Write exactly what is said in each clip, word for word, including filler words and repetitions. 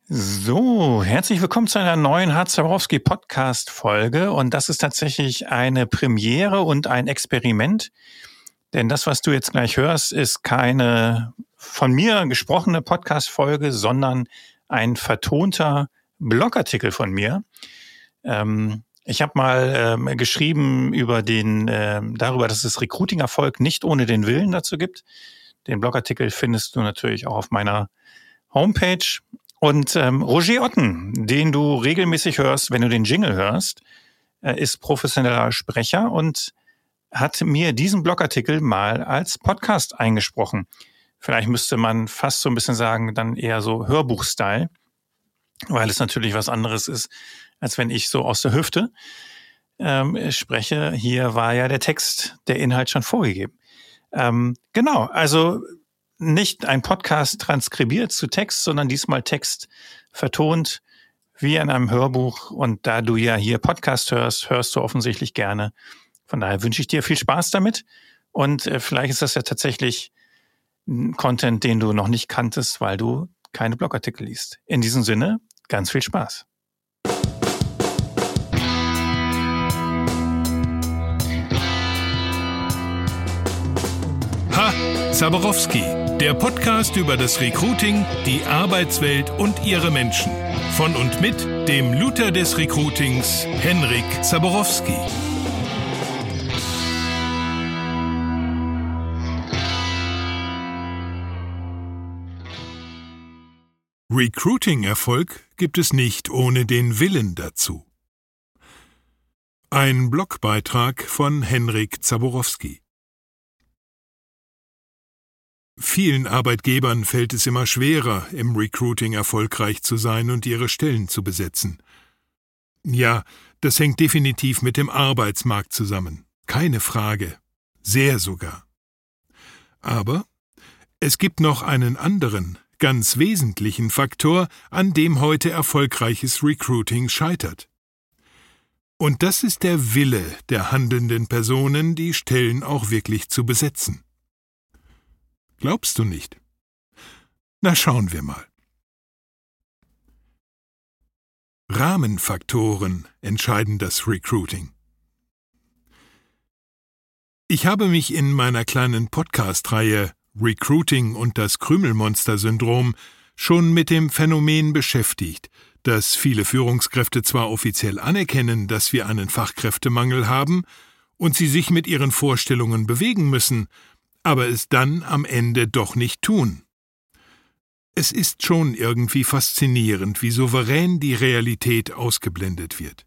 So, herzlich willkommen zu einer neuen Hart-Zaborowski-Podcast-Folge. Und das ist tatsächlich eine Premiere und ein Experiment. Denn das, was du jetzt gleich hörst, ist keine von mir gesprochene Podcast-Folge, sondern ein vertonter Blogartikel von mir. Ähm, ich habe mal ähm, geschrieben über den, ähm, darüber, dass es Recruiting-Erfolg nicht ohne den Willen dazu gibt. Den Blogartikel findest du natürlich auch auf meiner Homepage. Und ähm, Roger Otten, den du regelmäßig hörst, wenn du den Jingle hörst, äh, ist professioneller Sprecher und hat mir diesen Blogartikel mal als Podcast eingesprochen. Vielleicht müsste man fast so ein bisschen sagen, dann eher so Hörbuch-Style, weil es natürlich was anderes ist, als wenn ich so aus der Hüfte ähm, spreche. Hier war ja der Text, der Inhalt schon vorgegeben. Ähm, genau, also nicht ein Podcast transkribiert zu Text, sondern diesmal Text vertont wie in einem Hörbuch. Und da du ja hier Podcast hörst, hörst du offensichtlich gerne. Von daher wünsche ich dir viel Spaß damit. Und äh, vielleicht ist das ja tatsächlich ein Content, den du noch nicht kanntest, weil du keine Blogartikel liest. In diesem Sinne, ganz viel Spaß. Zaborowski, der Podcast über das Recruiting, die Arbeitswelt und ihre Menschen. Von und mit dem Luther des Recruitings, Henrik Zaborowski. Recruiting-Erfolg gibt es nicht ohne den Willen dazu. Ein Blogbeitrag von Henrik Zaborowski. Vielen Arbeitgebern fällt es immer schwerer, im Recruiting erfolgreich zu sein und ihre Stellen zu besetzen. Ja, das hängt definitiv mit dem Arbeitsmarkt zusammen. Keine Frage. Sehr sogar. Aber es gibt noch einen anderen, ganz wesentlichen Faktor, an dem heute erfolgreiches Recruiting scheitert. Und das ist der Wille der handelnden Personen, die Stellen auch wirklich zu besetzen. Glaubst du nicht? Na, schauen wir mal. Rahmenfaktoren entscheiden das Recruiting. Ich habe mich in meiner kleinen Podcast-Reihe Recruiting und das Krümelmonster-Syndrom schon mit dem Phänomen beschäftigt, dass viele Führungskräfte zwar offiziell anerkennen, dass wir einen Fachkräftemangel haben und sie sich mit ihren Vorstellungen bewegen müssen, aber es dann am Ende doch nicht tun. Es ist schon irgendwie faszinierend, wie souverän die Realität ausgeblendet wird.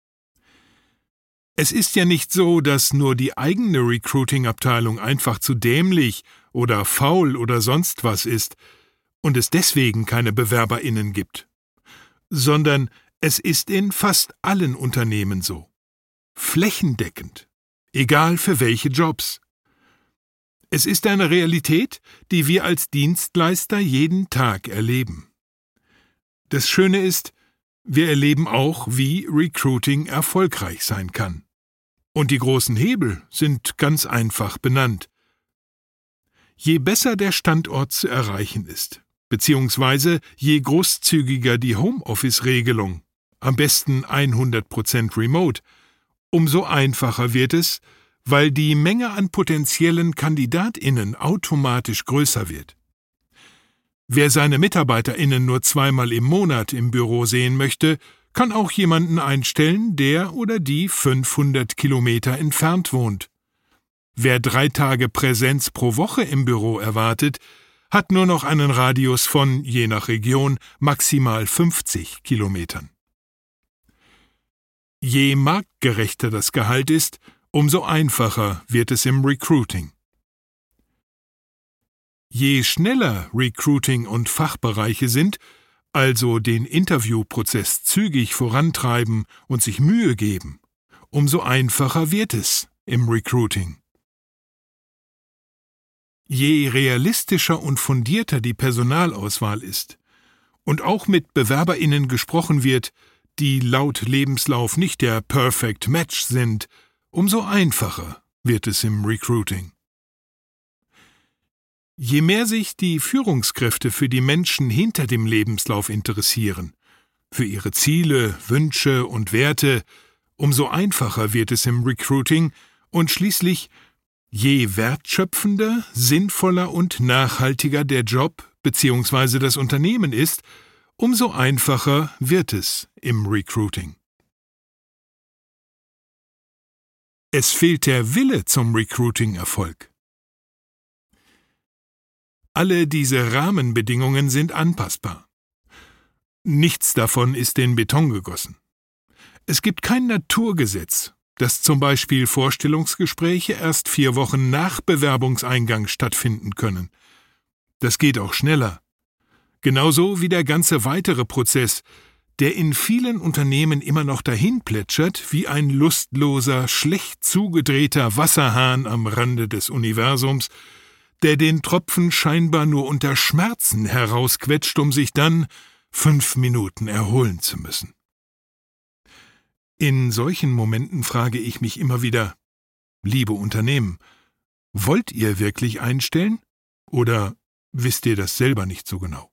Es ist ja nicht so, dass nur die eigene Recruiting-Abteilung einfach zu dämlich oder faul oder sonst was ist und es deswegen keine BewerberInnen gibt, sondern es ist in fast allen Unternehmen so. Flächendeckend. Egal für welche Jobs. Es ist eine Realität, die wir als Dienstleister jeden Tag erleben. Das Schöne ist, wir erleben auch, wie Recruiting erfolgreich sein kann. Und die großen Hebel sind ganz einfach benannt. Je besser der Standort zu erreichen ist, beziehungsweise je großzügiger die Homeoffice-Regelung, am besten hundert Prozent remote, umso einfacher wird es, weil die Menge an potenziellen KandidatInnen automatisch größer wird. Wer seine MitarbeiterInnen nur zweimal im Monat im Büro sehen möchte, kann auch jemanden einstellen, der oder die fünfhundert Kilometer entfernt wohnt. Wer drei Tage Präsenz pro Woche im Büro erwartet, hat nur noch einen Radius von, je nach Region, maximal fünfzig Kilometern. Je marktgerechter das Gehalt ist, umso einfacher wird es im Recruiting. Je schneller Recruiting und Fachbereiche sind, also den Interviewprozess zügig vorantreiben und sich Mühe geben, umso einfacher wird es im Recruiting. Je realistischer und fundierter die Personalauswahl ist und auch mit BewerberInnen gesprochen wird, die laut Lebenslauf nicht der Perfect Match sind, umso einfacher wird es im Recruiting. Je mehr sich die Führungskräfte für die Menschen hinter dem Lebenslauf interessieren, für ihre Ziele, Wünsche und Werte, umso einfacher wird es im Recruiting und schließlich, je wertschöpfender, sinnvoller und nachhaltiger der Job bzw. das Unternehmen ist, umso einfacher wird es im Recruiting. Es fehlt der Wille zum Recruiting-Erfolg. Alle diese Rahmenbedingungen sind anpassbar. Nichts davon ist in Beton gegossen. Es gibt kein Naturgesetz, dass zum Beispiel Vorstellungsgespräche erst vier Wochen nach Bewerbungseingang stattfinden können. Das geht auch schneller. Genauso wie der ganze weitere Prozess, der in vielen Unternehmen immer noch dahin plätschert wie ein lustloser, schlecht zugedrehter Wasserhahn am Rande des Universums, der den Tropfen scheinbar nur unter Schmerzen herausquetscht, um sich dann fünf Minuten erholen zu müssen. In solchen Momenten frage ich mich immer wieder, liebe Unternehmen, wollt ihr wirklich einstellen oder wisst ihr das selber nicht so genau?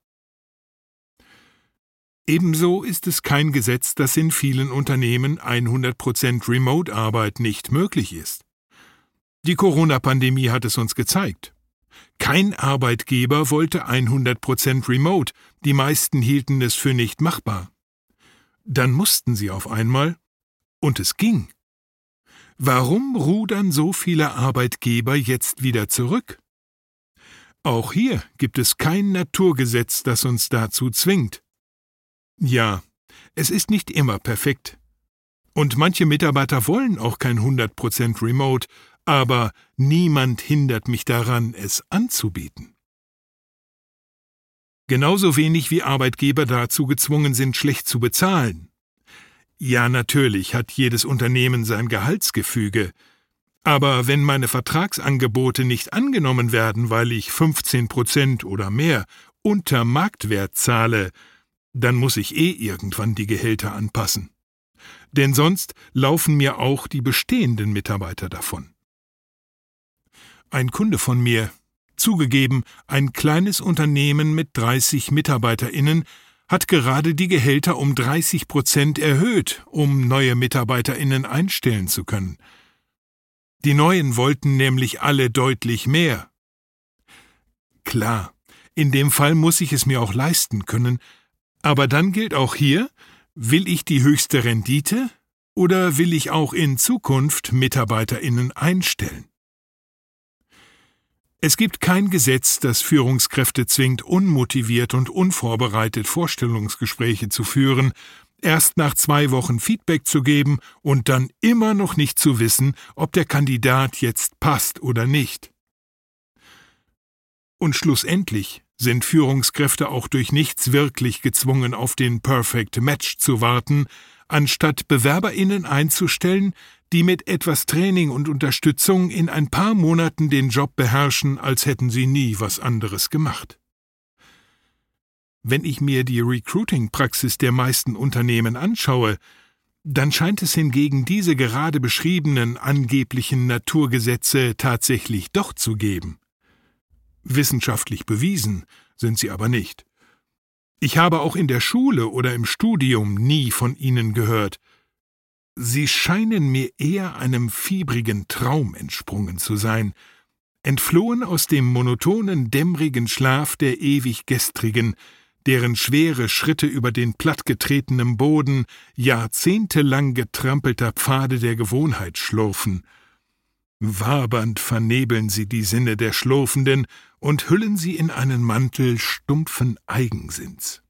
Ebenso ist es kein Gesetz, dass in vielen Unternehmen hundert Prozent Remote-Arbeit nicht möglich ist. Die Corona-Pandemie hat es uns gezeigt. Kein Arbeitgeber wollte hundert Prozent Remote, die meisten hielten es für nicht machbar. Dann mussten sie auf einmal, und es ging. Warum rudern so viele Arbeitgeber jetzt wieder zurück? Auch hier gibt es kein Naturgesetz, das uns dazu zwingt. Ja, es ist nicht immer perfekt. Und manche Mitarbeiter wollen auch kein hundert Prozent Remote, aber niemand hindert mich daran, es anzubieten. Genauso wenig wie Arbeitgeber dazu gezwungen sind, schlecht zu bezahlen. Ja, natürlich hat jedes Unternehmen sein Gehaltsgefüge, aber wenn meine Vertragsangebote nicht angenommen werden, weil ich fünfzehn Prozent oder mehr unter Marktwert zahle, dann muss ich eh irgendwann die Gehälter anpassen. Denn sonst laufen mir auch die bestehenden Mitarbeiter davon. Ein Kunde von mir, zugegeben ein kleines Unternehmen mit dreißig MitarbeiterInnen, hat gerade die Gehälter um dreißig Prozent erhöht, um neue MitarbeiterInnen einstellen zu können. Die Neuen wollten nämlich alle deutlich mehr. Klar, in dem Fall muss ich es mir auch leisten können, aber dann gilt auch hier, will ich die höchste Rendite oder will ich auch in Zukunft MitarbeiterInnen einstellen? Es gibt kein Gesetz, das Führungskräfte zwingt, unmotiviert und unvorbereitet Vorstellungsgespräche zu führen, erst nach zwei Wochen Feedback zu geben und dann immer noch nicht zu wissen, ob der Kandidat jetzt passt oder nicht. Und schlussendlich sind Führungskräfte auch durch nichts wirklich gezwungen, auf den Perfect Match zu warten, anstatt BewerberInnen einzustellen, die mit etwas Training und Unterstützung in ein paar Monaten den Job beherrschen, als hätten sie nie was anderes gemacht. Wenn ich mir die Recruiting-Praxis der meisten Unternehmen anschaue, dann scheint es hingegen diese gerade beschriebenen angeblichen Naturgesetze tatsächlich doch zu geben. Wissenschaftlich bewiesen sind sie aber nicht. Ich habe auch in der Schule oder im Studium nie von ihnen gehört. Sie scheinen mir eher einem fiebrigen Traum entsprungen zu sein, entflohen aus dem monotonen, dämmrigen Schlaf der ewig Gestrigen, deren schwere Schritte über den plattgetretenen Boden jahrzehntelang getrampelter Pfade der Gewohnheit schlurfen. Wabernd vernebeln sie die Sinne der Schlurfenden und hüllen sie in einen Mantel stumpfen Eigensinns.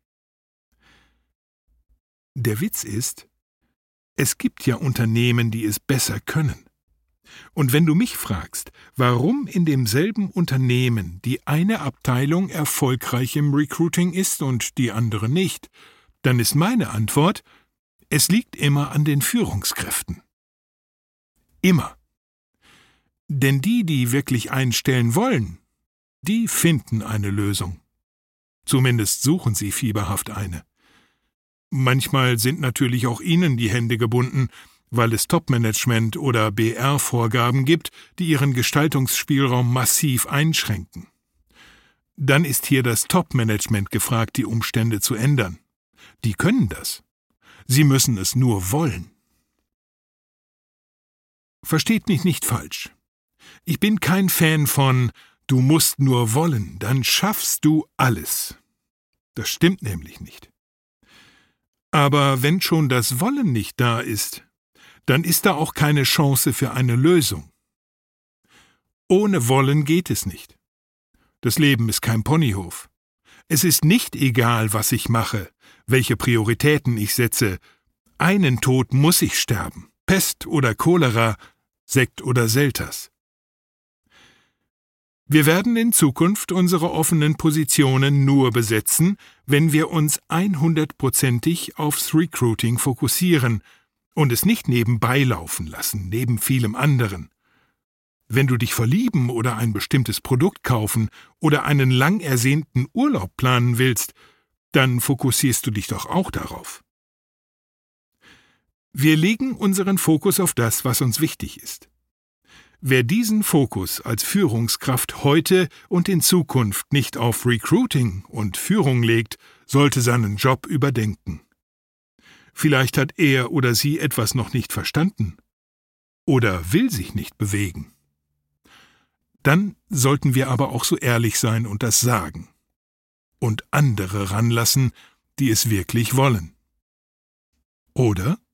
Der Witz ist, es gibt ja Unternehmen, die es besser können. Und wenn du mich fragst, warum in demselben Unternehmen die eine Abteilung erfolgreich im Recruiting ist und die andere nicht, dann ist meine Antwort, es liegt immer an den Führungskräften. Immer. Denn die, die wirklich einstellen wollen, die finden eine Lösung. Zumindest suchen sie fieberhaft eine. Manchmal sind natürlich auch ihnen die Hände gebunden, weil es Topmanagement oder B R-Vorgaben gibt, die ihren Gestaltungsspielraum massiv einschränken. dann ist hier das Top-Management gefragt, die Umstände zu ändern. Die können das. Sie müssen es nur wollen. Versteht mich nicht falsch. Ich bin kein Fan von »Du musst nur wollen, dann schaffst du alles«. Das stimmt nämlich nicht. Aber wenn schon das Wollen nicht da ist, dann ist da auch keine Chance für eine Lösung. Ohne Wollen geht es nicht. Das Leben ist kein Ponyhof. Es ist nicht egal, was ich mache, welche Prioritäten ich setze. Einen Tod muss ich sterben. Pest oder Cholera, Sekt oder Selters. Wir werden in Zukunft unsere offenen Positionen nur besetzen, wenn wir uns hundertprozentig aufs Recruiting fokussieren und es nicht nebenbei laufen lassen, neben vielem anderen. Wenn du dich verlieben oder ein bestimmtes Produkt kaufen oder einen lang ersehnten Urlaub planen willst, dann fokussierst du dich doch auch darauf. Wir legen unseren Fokus auf das, was uns wichtig ist. Wer diesen Fokus als Führungskraft heute und in Zukunft nicht auf Recruiting und Führung legt, sollte seinen Job überdenken. Vielleicht hat er oder sie etwas noch nicht verstanden oder will sich nicht bewegen. Dann sollten wir aber auch so ehrlich sein und das sagen. Und andere ranlassen, die es wirklich wollen. Oder?